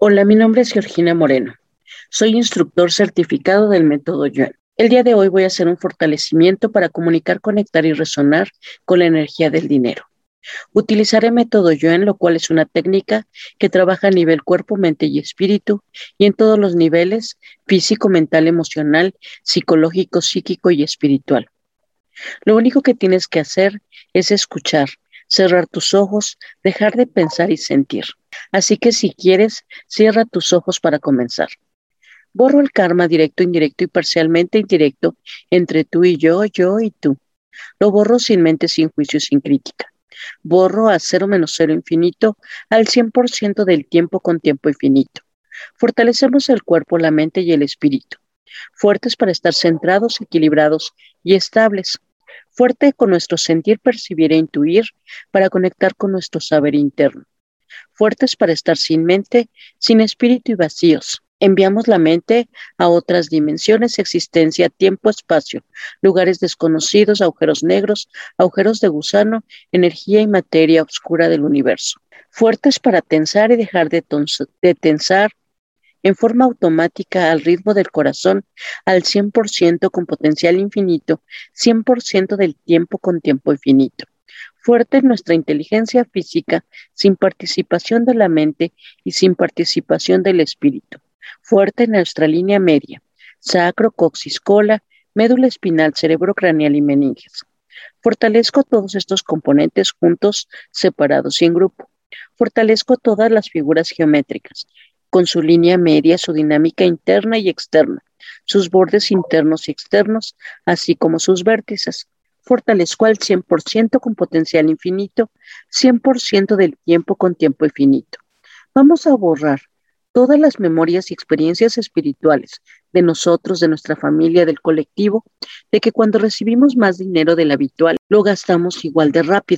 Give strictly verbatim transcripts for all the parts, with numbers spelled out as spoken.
Hola, mi nombre es Georgina Moreno. Soy instructor certificado del método Yuan. El día de hoy voy a hacer un fortalecimiento para comunicar, conectar y resonar con la energía del dinero. Utilizaré método Yuan, lo cual es una técnica que trabaja a nivel cuerpo, mente y espíritu, y en todos los niveles: físico, mental, emocional, psicológico, psíquico y espiritual. Lo único que tienes que hacer es escuchar, cerrar tus ojos, dejar de pensar y sentir. Así que si quieres, cierra tus ojos para comenzar. Borro el karma directo, indirecto y parcialmente indirecto entre tú y yo, yo y tú. Lo borro sin mente, sin juicio, sin crítica. Borro a cero menos cero infinito al cien por ciento del tiempo con tiempo infinito. Fortalecemos el cuerpo, la mente y el espíritu. Fuertes para estar centrados, equilibrados y estables. Fuerte con nuestro sentir, percibir e intuir para conectar con nuestro saber interno. Fuertes para estar sin mente, sin espíritu y vacíos. Enviamos la mente a otras dimensiones, existencia, tiempo, espacio, lugares desconocidos, agujeros negros, agujeros de gusano, energía y materia oscura del universo. Fuertes para tensar y dejar de, de tensar en forma automática al ritmo del corazón, al cien por ciento con potencial infinito, cien por ciento del tiempo con tiempo infinito. Fuerte en nuestra inteligencia física, sin participación de la mente y sin participación del espíritu. Fuerte en nuestra línea media, sacro, coxis, cola, médula espinal, cerebro craneal y meninges. Fortalezco todos estos componentes juntos, separados y en grupo. Fortalezco todas las figuras geométricas, con su línea media, su dinámica interna y externa, sus bordes internos y externos, así como sus vértices. Fortalezco al cien por ciento con potencial infinito, cien por ciento del tiempo con tiempo infinito. Vamos a borrar todas las memorias y experiencias espirituales de nosotros, de nuestra familia, del colectivo, de que cuando recibimos más dinero del habitual, lo gastamos igual de rápido.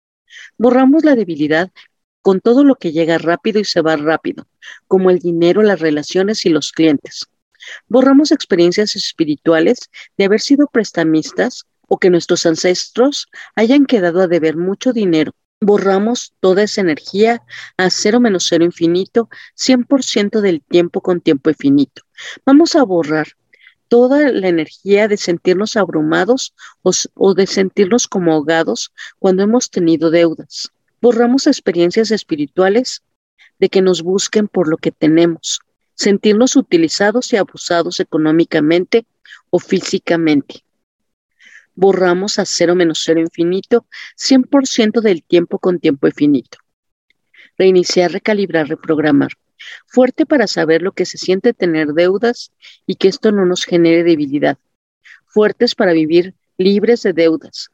Borramos la debilidad con todo lo que llega rápido y se va rápido, como el dinero, las relaciones y los clientes. Borramos experiencias espirituales de haber sido prestamistas o que nuestros ancestros hayan quedado a deber mucho dinero. Borramos toda esa energía a cero menos cero infinito, cien por ciento del tiempo con tiempo infinito. Vamos a borrar toda la energía de sentirnos abrumados o, o de sentirnos como ahogados cuando hemos tenido deudas. Borramos experiencias espirituales de que nos busquen por lo que tenemos, sentirnos utilizados y abusados económicamente o físicamente. Borramos a cero menos cero infinito, cien por ciento del tiempo con tiempo infinito. Reiniciar, recalibrar, reprogramar. Fuerte para saber lo que se siente tener deudas y que esto no nos genere debilidad. Fuertes para vivir libres de deudas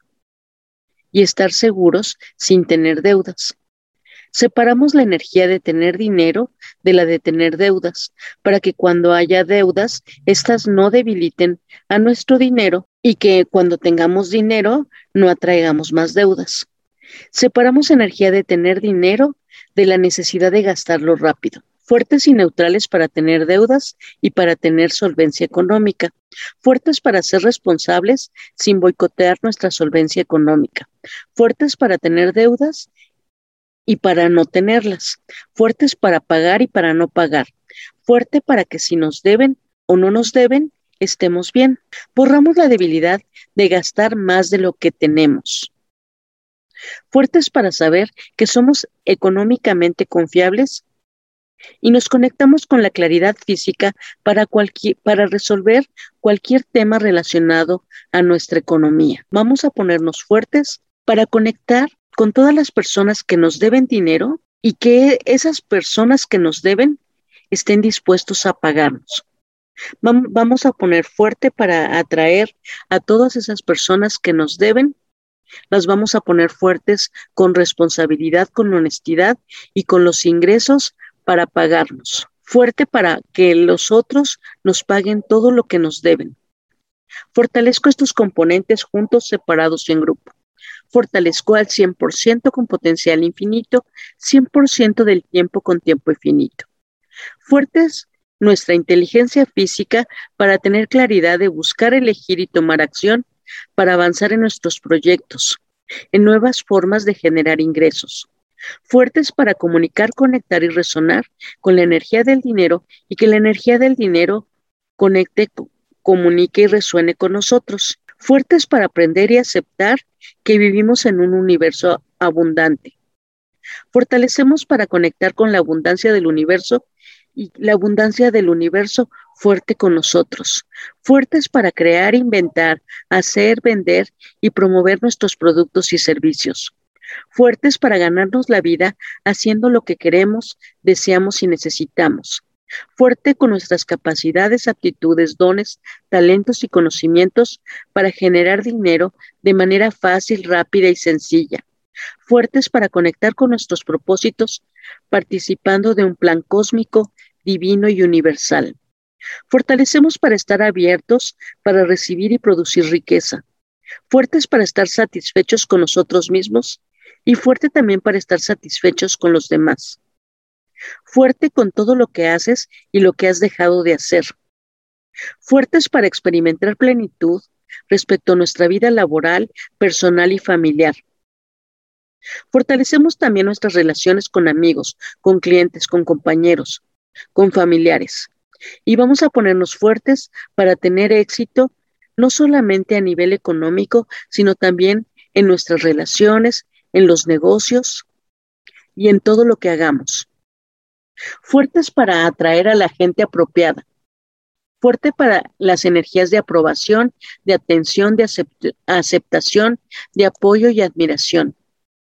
y estar seguros sin tener deudas. Separamos la energía de tener dinero de la de tener deudas, para que cuando haya deudas, éstas no debiliten a nuestro dinero y que cuando tengamos dinero no atraigamos más deudas. Separamos energía de tener dinero de la necesidad de gastarlo rápido. Fuertes y neutrales para tener deudas y para tener solvencia económica. Fuertes para ser responsables sin boicotear nuestra solvencia económica. Fuertes para tener deudas y para no tenerlas. Fuertes para pagar y para no pagar. Fuerte para que si nos deben o no nos deben, estemos bien. Borramos la debilidad de gastar más de lo que tenemos. Fuertes para saber que somos económicamente confiables y nos conectamos con la claridad física para, cualquier, para resolver cualquier tema relacionado a nuestra economía. Vamos a ponernos fuertes para conectar con todas las personas que nos deben dinero y que esas personas que nos deben estén dispuestos a pagarnos. Vamos a poner fuerte para atraer a todas esas personas que nos deben. Las vamos a poner fuertes con responsabilidad, con honestidad y con los ingresos para pagarnos. Fuerte para que los otros nos paguen todo lo que nos deben. Fortalezco estos componentes juntos, separados y en grupo. Fortalezco al cien por ciento con potencial infinito, cien por ciento del tiempo con tiempo infinito. Fuertes nuestra inteligencia física para tener claridad de buscar, elegir y tomar acción para avanzar en nuestros proyectos, en nuevas formas de generar ingresos. Fuertes para comunicar, conectar y resonar con la energía del dinero y que la energía del dinero conecte, comunique y resuene con nosotros. Fuertes para aprender y aceptar que vivimos en un universo abundante. Fortalecemos para conectar con la abundancia del universo y la abundancia del universo fuerte con nosotros. Fuertes para crear, inventar, hacer, vender y promover nuestros productos y servicios. Fuertes para ganarnos la vida haciendo lo que queremos, deseamos y necesitamos. Fuerte con nuestras capacidades, aptitudes, dones, talentos y conocimientos para generar dinero de manera fácil, rápida y sencilla. Fuertes para conectar con nuestros propósitos, participando de un plan cósmico, divino y universal. Fortalecemos para estar abiertos, para recibir y producir riqueza. Fuertes para estar satisfechos con nosotros mismos y fuerte también para estar satisfechos con los demás. Fuerte con todo lo que haces y lo que has dejado de hacer. Fuertes para experimentar plenitud respecto a nuestra vida laboral, personal y familiar. Fortalecemos también nuestras relaciones con amigos, con clientes, con compañeros, con familiares. Y vamos a ponernos fuertes para tener éxito, no solamente a nivel económico, sino también en nuestras relaciones, en los negocios y en todo lo que hagamos. Fuertes para atraer a la gente apropiada. Fuerte para las energías de aprobación, de atención, de acept- aceptación, de apoyo y admiración.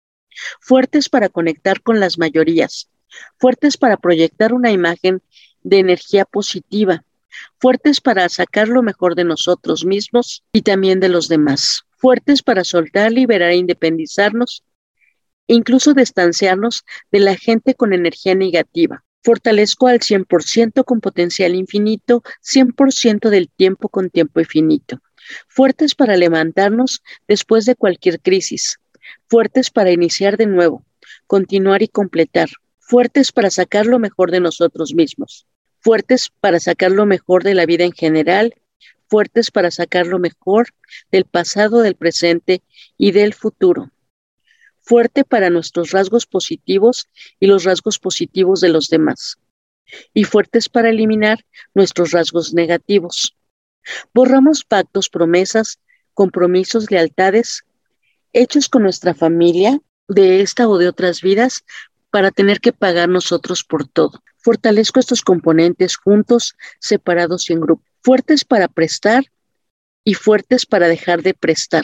Fuertes para conectar con las mayorías. Fuertes para proyectar una imagen de energía positiva. Fuertes para sacar lo mejor de nosotros mismos y también de los demás. Fuertes para soltar, liberar e independizarnos, incluso distanciarnos de la gente con energía negativa. Fortalezco al cien por ciento con potencial infinito, cien por ciento del tiempo con tiempo infinito. Fuertes para levantarnos después de cualquier crisis. Fuertes para iniciar de nuevo, continuar y completar. Fuertes para sacar lo mejor de nosotros mismos. Fuertes para sacar lo mejor de la vida en general. Fuertes para sacar lo mejor del pasado, del presente y del futuro. Fuerte para nuestros rasgos positivos y los rasgos positivos de los demás. Y fuertes para eliminar nuestros rasgos negativos. Borramos pactos, promesas, compromisos, lealtades, hechos con nuestra familia, de esta o de otras vidas, para tener que pagar nosotros por todo. Fortalezco estos componentes juntos, separados y en grupo. Fuertes para prestar y fuertes para dejar de prestar.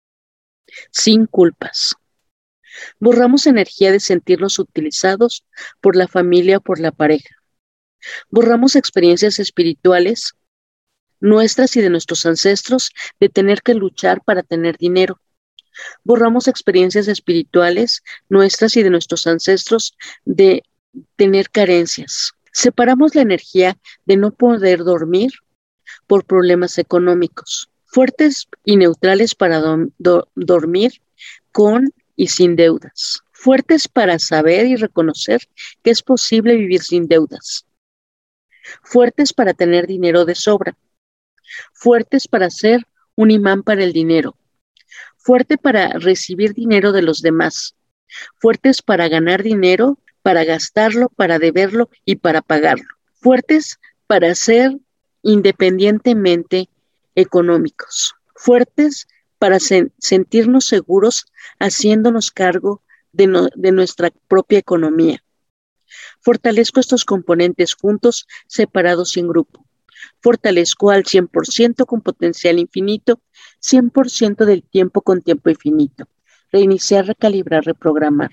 Sin culpas. Borramos energía de sentirnos utilizados por la familia o por la pareja. Borramos experiencias espirituales nuestras y de nuestros ancestros de tener que luchar para tener dinero. Borramos experiencias espirituales nuestras y de nuestros ancestros de tener carencias. Separamos la energía de no poder dormir por problemas económicos. Fuertes y neutrales para do- do- dormir con y sin deudas. Fuertes para saber y reconocer que es posible vivir sin deudas. Fuertes para tener dinero de sobra. Fuertes para ser un imán para el dinero. Fuerte para recibir dinero de los demás. Fuertes para ganar dinero, para gastarlo, para deberlo y para pagarlo. Fuertes para ser independientemente económicos. Fuertes para sen- sentirnos seguros haciéndonos cargo de, no- de nuestra propia economía. Fortalezco estos componentes juntos, separados y en grupo. Fortalezco al cien por ciento con potencial infinito, cien por ciento del tiempo con tiempo infinito. Reiniciar, recalibrar, reprogramar.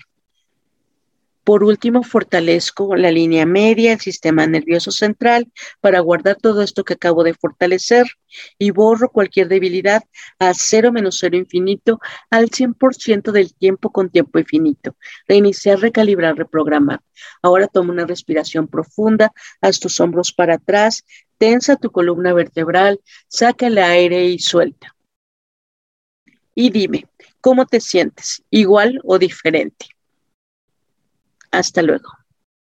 Por último, fortalezco la línea media, el sistema nervioso central, para guardar todo esto que acabo de fortalecer y borro cualquier debilidad a cero menos cero infinito al cien por ciento del tiempo con tiempo infinito. Reiniciar, recalibrar, reprogramar. Ahora toma una respiración profunda, haz tus hombros para atrás, tensa tu columna vertebral, saca el aire y suelta. Y dime, ¿cómo te sientes? ¿Igual o diferente? Hasta luego.